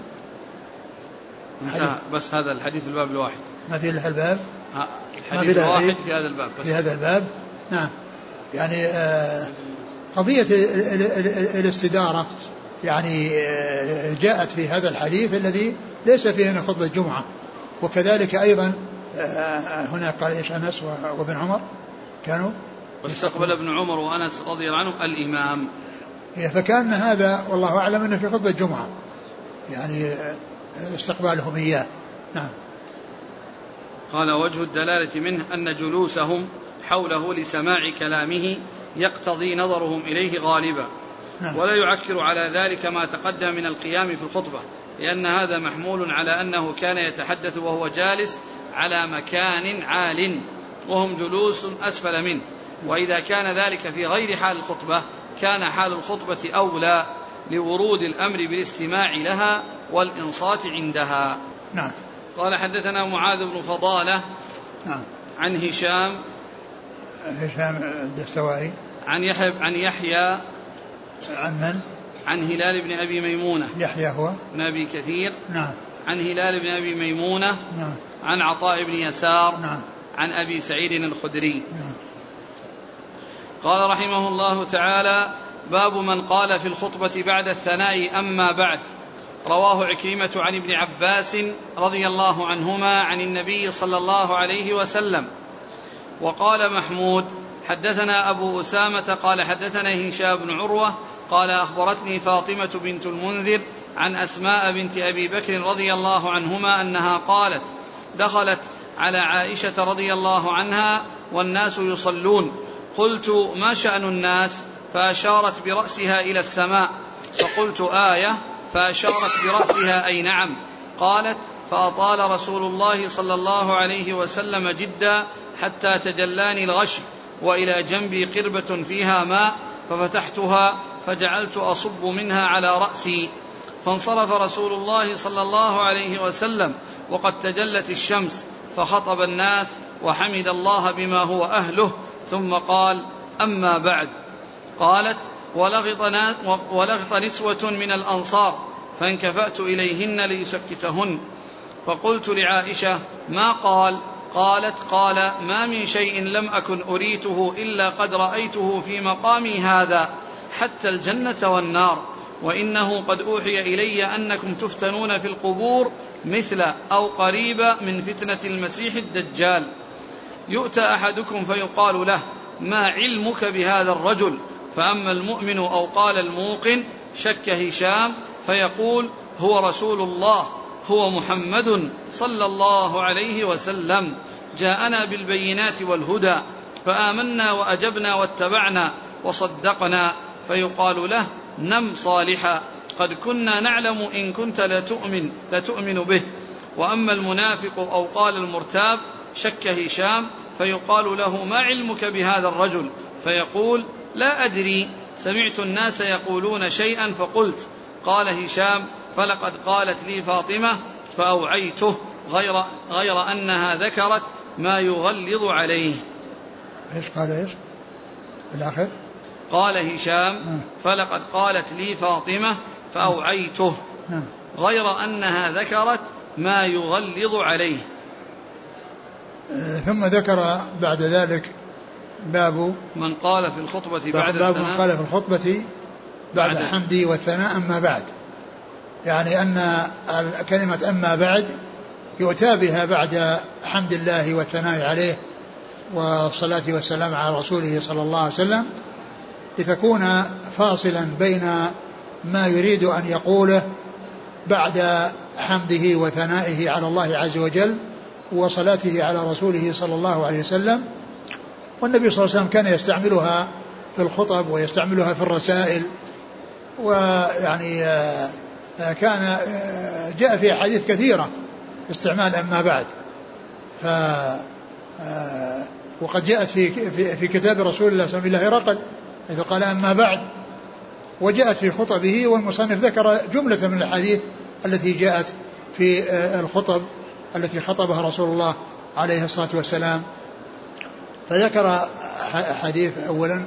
بس هذا الحديث في الباب الواحد، ما في إلا الباب الحديث الواحد في هذا الباب بس. في هذا الباب. نعم. يعني آه قضية الاستدارة يعني جاءت في هذا الحديث الذي ليس فيه هنا خطبة الجمعة. وكذلك أيضا هنا قال إيش أنس وابن عمر كانوا واستقبل ابن عمر وأنس رضي الله عنهم الإمام، فكان هذا والله أعلم أنه في خطبة الجمعة يعني استقبالهم إياه. نعم. قال وجه الدلالة منه أن جلوسهم حوله لسماع كلامه يقتضي نظرهم إليه غالبا. نعم. ولا يعكر على ذلك ما تقدم من القيام في الخطبة، لأن هذا محمول على أنه كان يتحدث وهو جالس على مكان عال وهم جلوس أسفل منه، وإذا كان ذلك في غير حال الخطبة كان حال الخطبة أولى لورود الأمر بالاستماع لها والإنصات عندها. نعم. قال حدثنا معاذ بن فضالة. نعم. عن هشام هشام الدستوائي عن يحيى عن يحيى عن من؟ عن هلال بن أبي ميمونة. يحيى هو بن أبي كثير. نعم. عن هلال بن أبي ميمونة. نعم. عن عطاء بن يسار. نعم. عن أبي سعيد الخدري. نعم. قال رحمه الله تعالى باب من قال في الخطبة بعد الثناء أما بعد. رواه عكرمة عن ابن عباس رضي الله عنهما عن النبي صلى الله عليه وسلم. وقال محمود حدثنا أبو أسامة قال حدثنا هشام بن عروة قال أخبرتني فاطمة بنت المنذر عن أسماء بنت أبي بكر رضي الله عنهما أنها قالت دخلت على عائشة رضي الله عنها والناس يصلون، قلت ما شأن الناس؟ فأشارت برأسها إلى السماء، فقلت آية، فأشارت برأسها أي نعم. قالت: فأطال رسول الله صلى الله عليه وسلم جدا حتى تجلاني الغش، وإلى جنبي قربة فيها ماء ففتحتها فجعلت أصب منها على رأسي، فانصرف رسول الله صلى الله عليه وسلم وقد تجلت الشمس، فخطب الناس وحمد الله بما هو أهله، ثم قال: أما بعد. قالت: ولغط نسوة من الأنصار فانكفأت إليهن ليسكتهن، فقلت لعائشة: ما قال؟ قالت: قال: ما من شيء لم أكن أريته إلا قد رأيته في مقامي هذا، حتى الجنة والنار، وإنه قد أوحي إلي أنكم تفتنون في القبور مثل أو قريبة من فتنة المسيح الدجال، يؤتى أحدكم فيقال له: ما علمك بهذا الرجل؟ فأما المؤمن أو قال الموقن شك هشام فيقول: هو رسول الله، هو محمد صلى الله عليه وسلم، جاءنا بالبينات والهدى، فآمنا وأجبنا واتبعنا وصدقنا، فيقال له: نم صالحا، قد كنا نعلم إن كنت لتؤمن, لتؤمن به. وأما المنافق أو قال المرتاب شك هشام فيقال له: ما علمك بهذا الرجل؟ فيقول: لا أدري، سمعت الناس يقولون شيئا فقلت. قال هشام: فلقد قالت لي فاطمة فأوعيته، غير, غير أنها ذكرت ما يغلظ عليه. إيش قال إيش الآخر؟ قال هشام: فلقد قالت لي فاطمة فأوعيته، غير أنها ذكرت ما يغلظ عليه. ثم ذكر بعد ذلك باب من قال في الخطبة بعد باب الثناء، من قال في الخطبة بعد الحمد والثناء أما بعد، يعني أن كلمة أما بعد يؤتى بها بعد حمد الله والثناء عليه والصلاة والسلام على رسوله صلى الله عليه وسلم، لتكون فاصلا بين ما يريد أن يقوله بعد حمده وثنائه على الله عز وجل وصلاته على رسوله صلى الله عليه وسلم. والنبي صلى الله عليه وسلم كان يستعملها في الخطب ويستعملها في الرسائل، ويعني كان جاء في أحاديث كثيرة استعمال أما بعد، ف وقد جاءت في في كتاب رسول الله صلى الله عليه وسلم هرقل إذا قال أما بعد، وجاءت في خطبه، والمصنف ذكر جملة من الأحاديث التي جاءت في الخطب التي خطبها رسول الله عليه الصلاة والسلام. فذكر حديث أولا،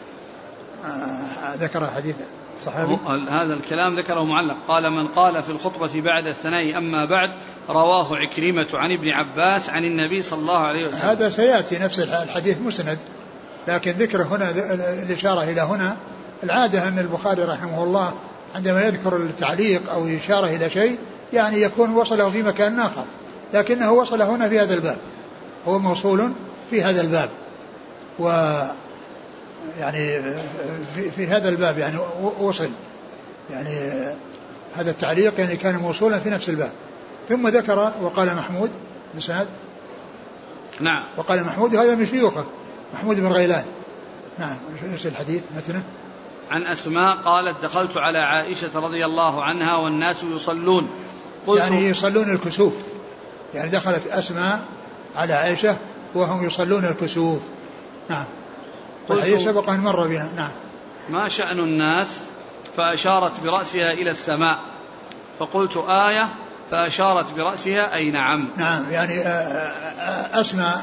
ذكر حديث صحابي هذا الكلام ذكره معلق، قال: من قال في الخطبة بعد الثناء أما بعد، رواه عكرمة عن ابن عباس عن النبي صلى الله عليه وسلم. هذا سيأتي نفس الحديث مسند، لكن ذكر هنا الإشارة إلى هنا. العادة أن البخاري رحمه الله عندما يذكر التعليق أو إشارة إلى شيء يعني يكون وصله في مكان آخر، لكنه وصل هنا في هذا الباب، هو موصول في هذا الباب، و يعني في, في هذا الباب يعني وصل، يعني هذا التعليق يعني كان موصولا في نفس الباب. ثم ذكر وقال محمود بسند، نعم، وقال محمود هذا من شيوخه محمود بن غيلان. نعم. ايش الحديث متنه؟ عن أسماء قالت: دخلت على عائشة رضي الله عنها والناس يصلون، قلت يعني يصلون الكسوف، يعني دخلت أسماء على عائشة وهم يصلون الكسوف. نعم. والحديث سبق أن مر بنا. نعم. ما شأن الناس؟ فأشارت برأسها إلى السماء، فقلت: آية، فأشارت برأسها أي نعم. نعم، يعني أسماء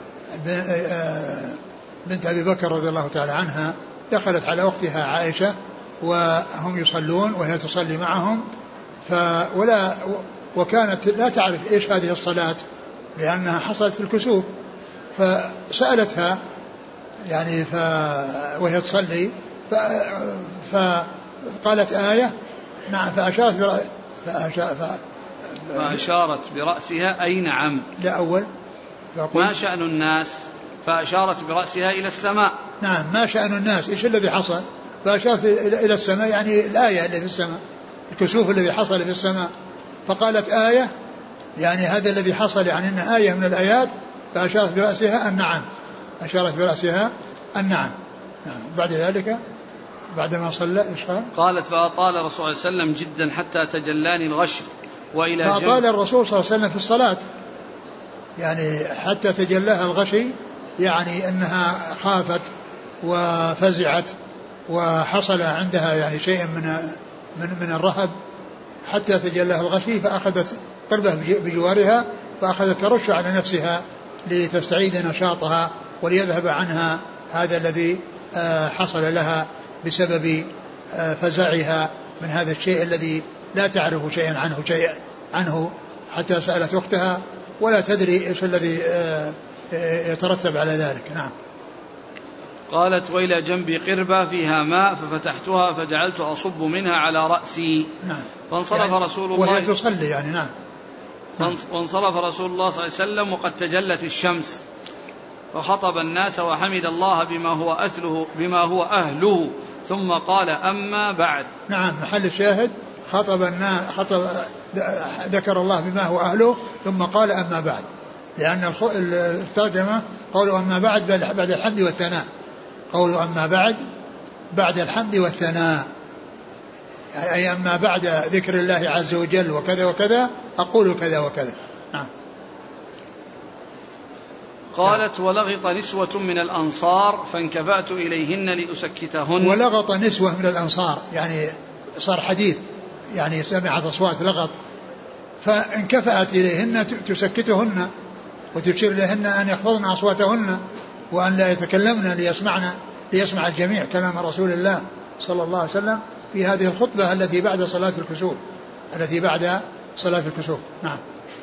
بنت أبي بكر رضي الله تعالى عنها دخلت على أختها عائشة وهم يصلون وهي تصلي معهم، ولا وكانت لا تعرف إيش هذه الصلاة لأنها حصلت في الكسوف، فسألتها يعني ف... وهي تصلي ف... فقالت آية. نعم. فأشارت برأ... فأشار... ف... فأشارت برأسها أي نعم. لا أول ما شأن الناس؟ فأشارت برأسها إلى السماء. نعم. ما شأن الناس، إيش الذي حصل؟ فأشارت إلى السماء، يعني الآية اللي في السماء، الكسوف الذي حصل في السماء. فقالت آية، يعني هذا الذي حصل يعني أن آية من الآيات. فأشارت برأسها النعم، أشارت برأسها النعم. نعم. بعد ذلك بعدما صلى إيش قال؟ قالت فأطال الرسول صلى الله عليه وسلم جدا حتى تجلاني الغشي وإلى فأطال الرسول صلى الله عليه وسلم في الصلاة يعني حتى تجلاها الغشي، يعني أنها خافت وفزعت وحصل عندها يعني شيء من من من الرهب حتى تجلاها الغشي، فأخذت قربة بجوارها فأخذت ترش على نفسها لتستعيد نشاطها وليذهب عنها هذا الذي حصل لها بسبب فزعها من هذا الشيء الذي لا تعرف شيئا عنه شيء عنه حتى سألت أختها ولا تدري إيش الذي يترتب على ذلك. نعم. قالت وإلى جنبي قربة فيها ماء ففتحتها فجعلت أصب منها على رأسي. نعم. فانصرف يعني رسول الله وهي تصلي يعني. نعم. وانصرف رسول الله صلى الله عليه وسلم وقد تجلت الشمس فخطب الناس وحمد الله بما هو أهله بما هو أهله ثم قال أما بعد. نعم محل الشاهد خطب الناس خطب ذكر الله بما هو أهله ثم قال أما بعد، لأن الترجمة قولوا أما بعد بعد الحمد والثناء، قولوا أما بعد بعد الحمد والثناء أي أما بعد ذكر الله عز وجل وكذا وكذا أقول كذا وكذا. نعم. قالت ولغط نسوة من الأنصار فانكفأت إليهن لأسكتهن. ولغط نسوة من الأنصار يعني صار حديث يعني سمعت أصوات لغط فانكفأت إليهن تسكتهن وتشير لهن أن يخفضن أصواتهن وأن لا يتكلمن ليسمعن ليسمع الجميع كلام رسول الله صلى الله عليه وسلم في هذه الخطبة التي بعد صلاة الكسوف التي بعد صلاة الكسوف. نعم.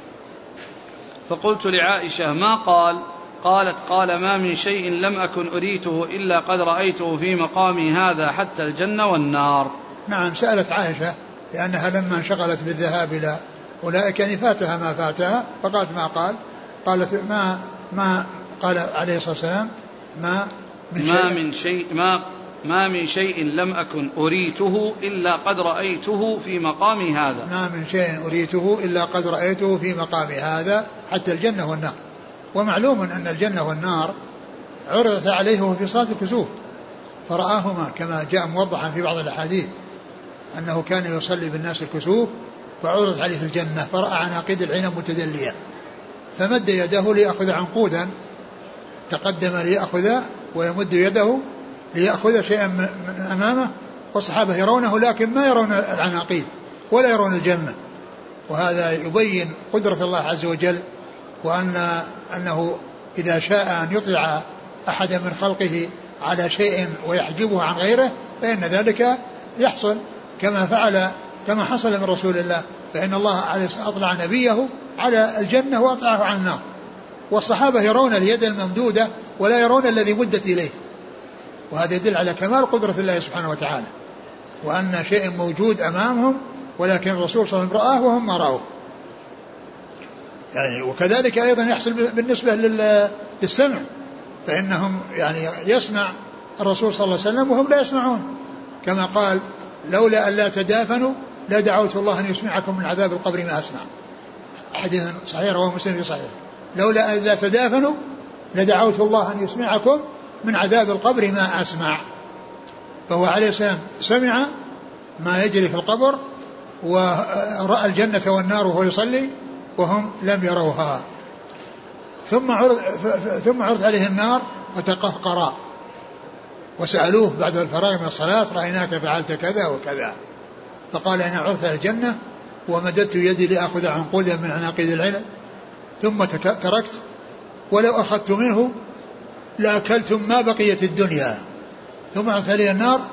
فقلت لعائشة ما قال؟ قالت قال ما من شيء لم أكن أريته إلا قد رأيته في مقامي هذا حتى الجنة والنار. نعم. سألت عائشة لأنها لما انشغلت بالذهاب إلى أولئك يعني فاتها ما فاتها فقالت ما قال؟ قالت ما ما قال عليه الصلاة والسلام ما من ما شيء من شيء ما ما من شيء لم أكن أريته إلا قد رأيته في مقامي هذا. ما من شيء أريته إلا قد رأيته في مقامي هذا حتى الجنة والنار. ومعلوم أن الجنة والنار عرضت عليه في صلاة الكسوف فرآهما كما جاء موضحا في بعض الأحاديث أنه كان يصلي بالناس الكسوف فعرضت عليه الجنة فرأى عناقيد العنب متدلية فمد يده ليأخذ عنقودا تقدم ليأخذ ويمد يده ليأخذ شيئا من أمامه والصحابة يرونه لكن ما يرون العناقيد ولا يرون الجنة. وهذا يبين قدرة الله عز وجل وأن أنه إذا شاء أن يطلع أحدا من خلقه على شيء ويحجبه عن غيره فإن ذلك يحصل كما فعل كما حصل من رسول الله فإن الله أطلع نبيه على الجنة وأطلعه على النار والصحابة يرون اليد الممدودة ولا يرون الذي مدت إليه وهذا يدل على كمال قدرة الله سبحانه وتعالى وأن شيء موجود أمامهم ولكن الرسول صلى الله عليه وسلم رآه وهم ما رأوه يعني. وكذلك أيضا يحصل بالنسبة للسمع فإنهم يعني يسمع الرسول صلى الله عليه وسلم وهم لا يسمعون كما قال لولا أن لا تدافنوا لدعوت الله أن يسمعكم من عذاب القبر ما أسمع. حديث صحيح رواه مسلم في صحيح لولا أن لا تدافنوا لدعوت الله أن يسمعكم من عذاب القبر ما أسمع. فهو عليه السلام سمع ما يجري في القبر ورأى الجنة والنار وهو يصلي وهم لم يروها. ثم عرض ثم عرض عليه النار فتقهقرا وسألوه بعد الفراغ من الصلاة رأيناك فعلت كذا وكذا فقال أنا عرضت على الجنة ومددت يدي لأخذ عنقودا من عناقيد العنب ثم تركت ولو أخذت منه لأكلتم ما بقيت الدنيا ثم عرضت عليه النار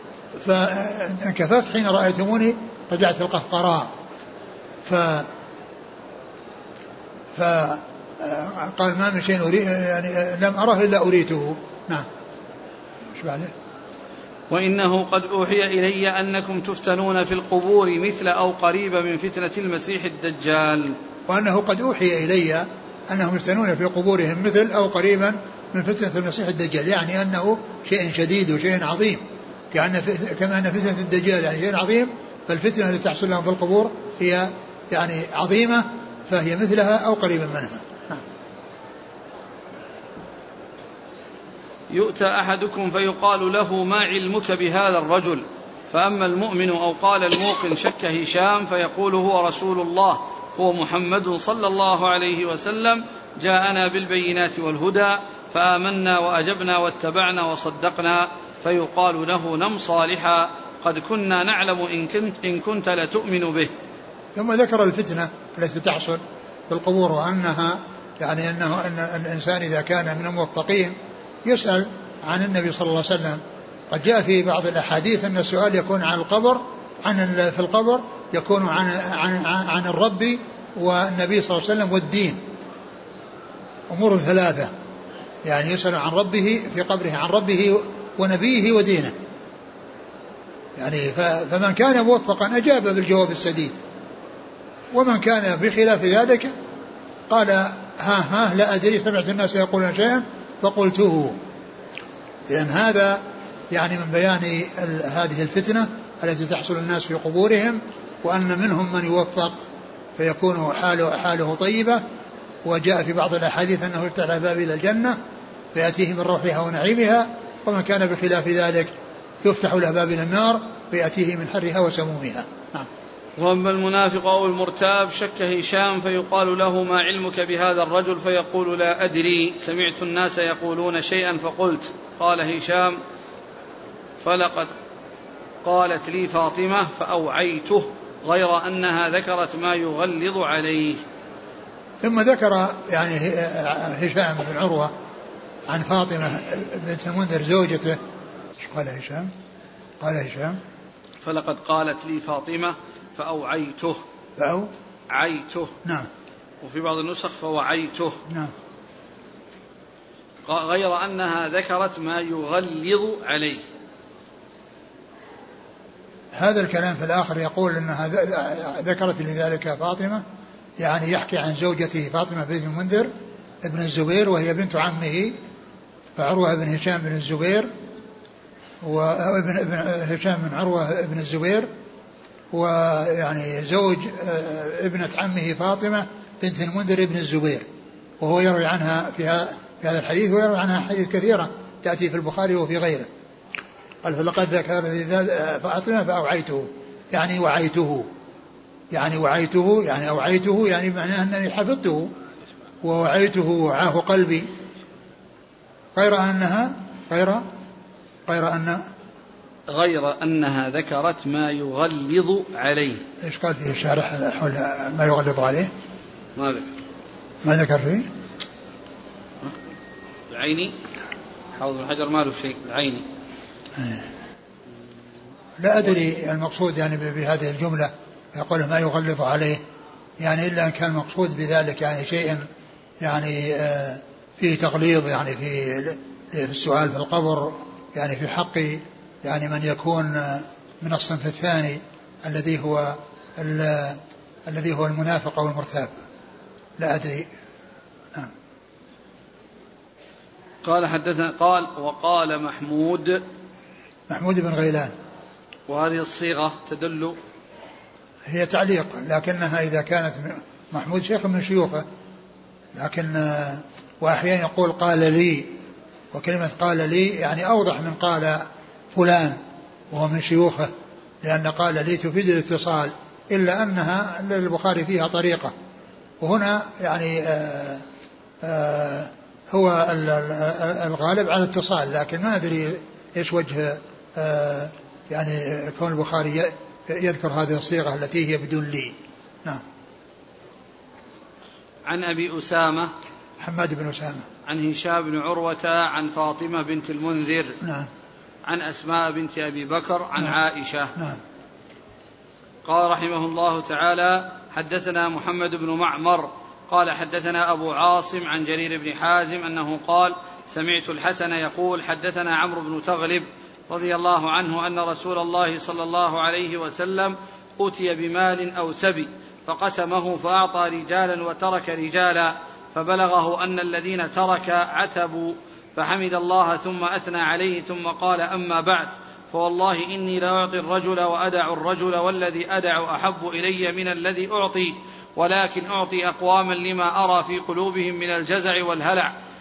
فانكففت حين رأيتموني رجعت في القهقراء ف فقال ما من شيء أريد يعني لم أره إلا أريته. نعم. ايش بعده؟ وإنه قد أوحي إلي أنكم تفتنون في القبور مثل أو قريبا من فتنة المسيح الدجال. وأنه قد أوحي إلي أنهم يفتنون في قبورهم مثل أو قريبا من فتنة المسيح الدجال يعني أنه شيء شديد وشيء عظيم كأن كما أن فتنة الدجال يعني شيء عظيم فالفتنة التي تحصل لهم في القبور هي يعني عظيمة فهي مثلها أو قريبا منها. يؤتى أحدكم فيقال له ما علمك بهذا الرجل، فأما المؤمن أو قال الموقن شك هشام فيقول هو رسول الله، هو محمد صلى الله عليه وسلم، جاءنا بالبينات والهدى فآمنا وأجبنا واتبعنا وصدقنا، فيقال له نم صالحا قد كنا نعلم إن كنت, إن كنت لتؤمن به. ثم ذكر الفتنة التي تحصل في القبور، وأنها يعني أنه أن الإنسان إذا كان من الموفقين يسأل عن النبي صلى الله عليه وسلم. قد جاء في بعض الأحاديث أن السؤال يكون عن القبر، عن في القبر يكون عن عن عن الرب والنبي صلى الله عليه وسلم والدين، أمور ثلاثة، يعني يسأل عن ربه في قبره، عن ربه ونبيه ودينه. يعني فمن كان موفقا أجاب بالجواب السديد، ومن كان بخلاف ذلك قال ها ها لا أدري، سمعت الناس يقولون شيئا فقلته. لأن هذا يعني من بيان هذه الفتنة التي تحصل الناس في قبورهم، وأن منهم من يوفق فيكون حاله, حاله طيبة. وجاء في بعض الأحاديث أنه يفتح له باب إلى الجنة فيأتيه من روحها ونعيمها، ومن كان بخلاف ذلك يفتح له باب إلى النار فيأتيه من حرها وسمومها. نعم. وأما المنافق أو المرتاب شك هشام فيقال له ما علمك بهذا الرجل، فيقول لا أدري، سمعت الناس يقولون شيئا فقلت. قال هشام فلقد قالت لي فاطمة فأوعيته، غير أنها ذكرت ما يغلظ عليه. ثم ذكر يعني هشام بن عروة عن فاطمة بنت المنذر زوجته. ايش قال هشام؟ قال هشام فلقد قالت لي فاطمة فأوعيته فأوعيته نعم. وفي بعض النسخ فوعيته نعم. غير أنها ذكرت ما يغلظ عليه. هذا الكلام في الآخر يقول أنها ذكرت لذلك فاطمة، يعني يحكي عن زوجته فاطمة بنت المنذر ابن الزبير، وهي بنت عمه فعروة بن هشام بن الزبير، وابن ابن هشام بن عروة بن الزبير، ويعني زوج ابنة عمه فاطمة بنت المنذر ابن الزبير، وهو يروي عنها في هذا الحديث، ويروي عنها حديث كثيرة تأتي في البخاري وفي غيره. قال فلقد ذكر فاطمة فأوعيته، يعني وعيته، يعني وعيته يعني أوعيته، يعني معناه أنني حفظته ووعيته وعاه قلبي، غير أنها غير غير أن غير أنها ذكرت ما يغلظ عليه. إيش قال فيه الشارح حول ما يغلظ عليه؟ ما ذكر ما ذكر فيه العيني، حافظ الحجر ما له شيء العيني. لا أدري المقصود يعني بهذه الجملة يقول ما يغلظ عليه، يعني إلا أن كان مقصود بذلك يعني شيء يعني فيه تغليظ، يعني في في السؤال في القبر، يعني في حق يعني من يكون من الصنف الثاني الذي هو الذي هو المنافق أو المرتاب. لا أدري. نعم. قال حدثنا قال وقال محمود محمود بن غيلان. وهذه الصيغة تدل هي تعليق، لكنها إذا كانت محمود شيخ من شيوخه، لكن وأحيانا يقول قال لي، وكلمة قال لي يعني أوضح من قال فلان وهو من شيوخه، لأن قال لي تفيد الاتصال، إلا أنها للبخاري فيها طريقة، وهنا يعني آآ آآ هو الغالب على الاتصال، لكن ما أدري إيش وجه يعني كون البخاري يذكر هذه الصيغة التي هي بدون لي. نعم. عن أبي أسامة حماد بن أسامة عن هشام بن عروة عن فاطمة بنت المنذر. نعم. عن أسماء بنت أبي بكر عن نعم. عائشة. نعم. قال رحمه الله تعالى حدثنا محمد بن معمر قال حدثنا أبو عاصم عن جرير بن حازم أنه قال سمعت الحسن يقول حدثنا عمرو بن تغلب رضي الله عنه أن رسول الله صلى الله عليه وسلم أتي بمال أو سبي فقسمه فأعطى رجالا وترك رجالا، فبلغه أن الذين ترك عتبوا، فحمد الله ثم أثنى عليه ثم قال أما بعد، فوالله إني لأعطي الرجل وأدع الرجل، والذي أدع أحب إلي من الذي أعطي، ولكن أعطي أقواما لما أرى في قلوبهم من الجزع والهلع،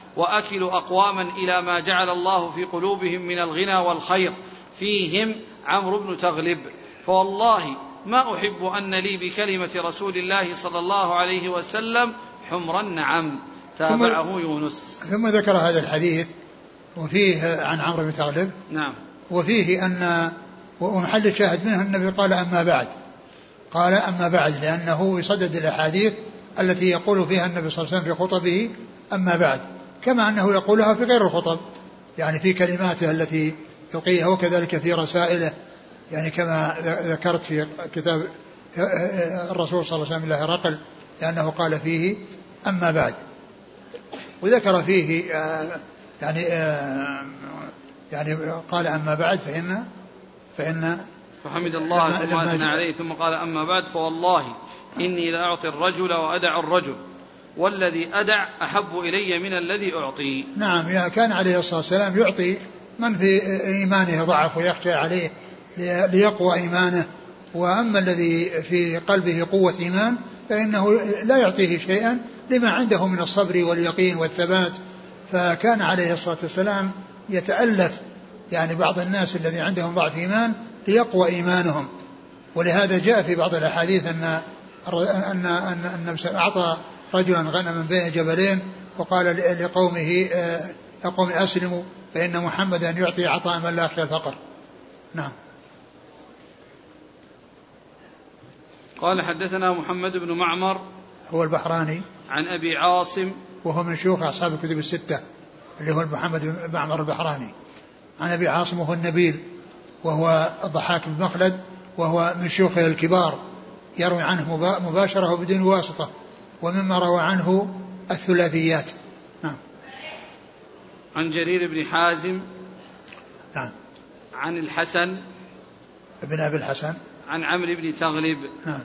وأكلوا أقواما إلى ما جعل الله في قلوبهم من الغنى والخير، فيهم عمرو بن تغلب، فوالله ما أحب أن لي بكلمة رسول الله صلى الله عليه وسلم حمر النعم. تابعه يونس. ثم ذكر هذا الحديث وفيه عن عمرو بن تغلب. نعم. وفيه أن ومحل الشاهد منه النبي قال أما بعد، قال أما بعد لأنه يصدد الأحاديث التي يقول فيها النبي صلى الله عليه وسلم في خطبه أما بعد، كما أنه يقولها في غير الخطب، يعني في كلماته التي يلقيها، وكذلك في رسائله، يعني كما ذكرت في كتاب الرسول صلى الله عليه وسلم إلى هرقل، لأنه قال فيه أما بعد، وذكر فيه يعني يعني قال أما بعد فإن فإن فحمد الله ثم أثنى عليه ثم قال أما بعد فوالله إني لأعطي الرجل وأدع الرجل والذي أدع أحب إلي من الذي أعطي. نعم، كان عليه الصلاة والسلام يعطي من في إيمانه ضعف ويخشى عليه ليقوى إيمانه، وأما الذي في قلبه قوة إيمان فإنه لا يعطيه شيئا لما عنده من الصبر واليقين والثبات. فكان عليه الصلاة والسلام يتألف يعني بعض الناس الذي عندهم ضعف إيمان ليقوى إيمانهم، ولهذا جاء في بعض الأحاديث أن أن أن أعطى رجلا غنما بين جبلين وقال لقومه يا قوم أسلموا فإن محمدا يعطي عطاء من لا يخشى الفقر. نعم. قال حدثنا محمد بن معمر هو البحراني عن أبي عاصم وهو من شيوخ أصحاب الكتب الستة اللي هو محمد بن معمر البحراني، عن أبي عاصم وهو النبيل وهو الضحاك بن مخلد وهو من شيوخه الكبار، يروي عنه مباشرة وبدون واسطة، ومما روى عنه الثلاثيات. نعم. عن جرير بن حازم. نعم. عن الحسن ابن أبي الحسن عن عمرو بن تغلب. نعم.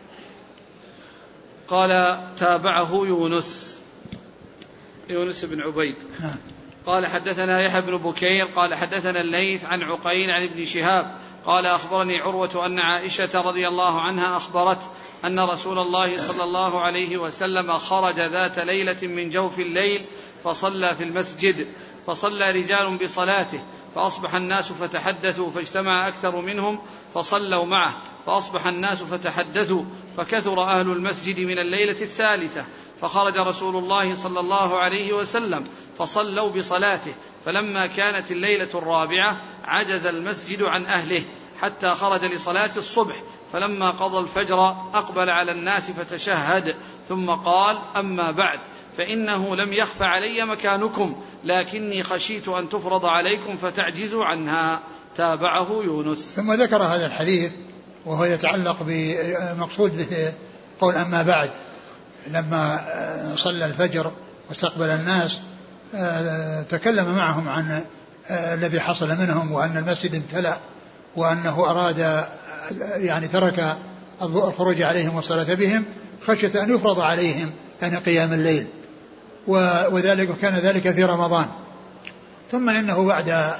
قال تابعه يونس يونس بن عبيد. نعم. قال حدثنا يحيى بن بكير قال حدثنا الليث عن عقيل عن ابن شهاب قال أخبرني عروة أن عائشة رضي الله عنها أخبرت أن رسول الله صلى الله عليه وسلم خرج ذات ليلة من جوف الليل فصلى في المسجد، فصلى رجال بصلاته، فأصبح الناس فتحدثوا فاجتمع أكثر منهم فصلوا معه، فأصبح الناس فتحدثوا فكثر أهل المسجد من الليلة الثالثة، فخرج رسول الله صلى الله عليه وسلم فصلوا بصلاته، فلما كانت الليلة الرابعة عجز المسجد عن أهله حتى خرج لصلاة الصبح، فلما قضى الفجر أقبل على الناس فتشهد ثم قال أما بعد فإنه لم يخف علي مكانكم لكني خشيت أن تفرض عليكم فتعجزوا عنها. تابعه يونس. ثم ذكر هذا الحديث وهو يتعلق بمقصود به قول أما بعد، لما صلى الفجر واستقبل الناس تكلم معهم عن الذي حصل منهم وأن المسجد امتلأ وأنه أراد يعني ترك الخروج عليهم والصلاة بهم خشية أن يفرض عليهم يعني قيام الليل، وذلك وكان ذلك في رمضان. ثم إنه بعد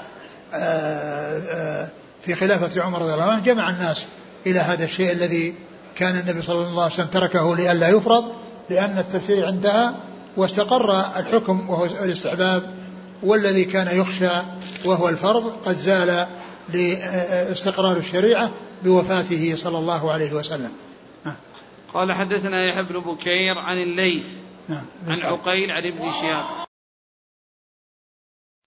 في خلافة عمر رضي الله عنه جمع الناس إلى هذا الشيء الذي كان النبي صلى الله عليه وسلم تركه لئلا يفرض، لأن التفسير انتهى واستقر الحكم وهو الاستحباب، والذي كان يخشى وهو الفرض قد زال لاستقرار الشريعة بوفاته صلى الله عليه وسلم. قال حدثنا يحيى بن بكير عن الليث نعم. عن عقيل عن ابن شهاب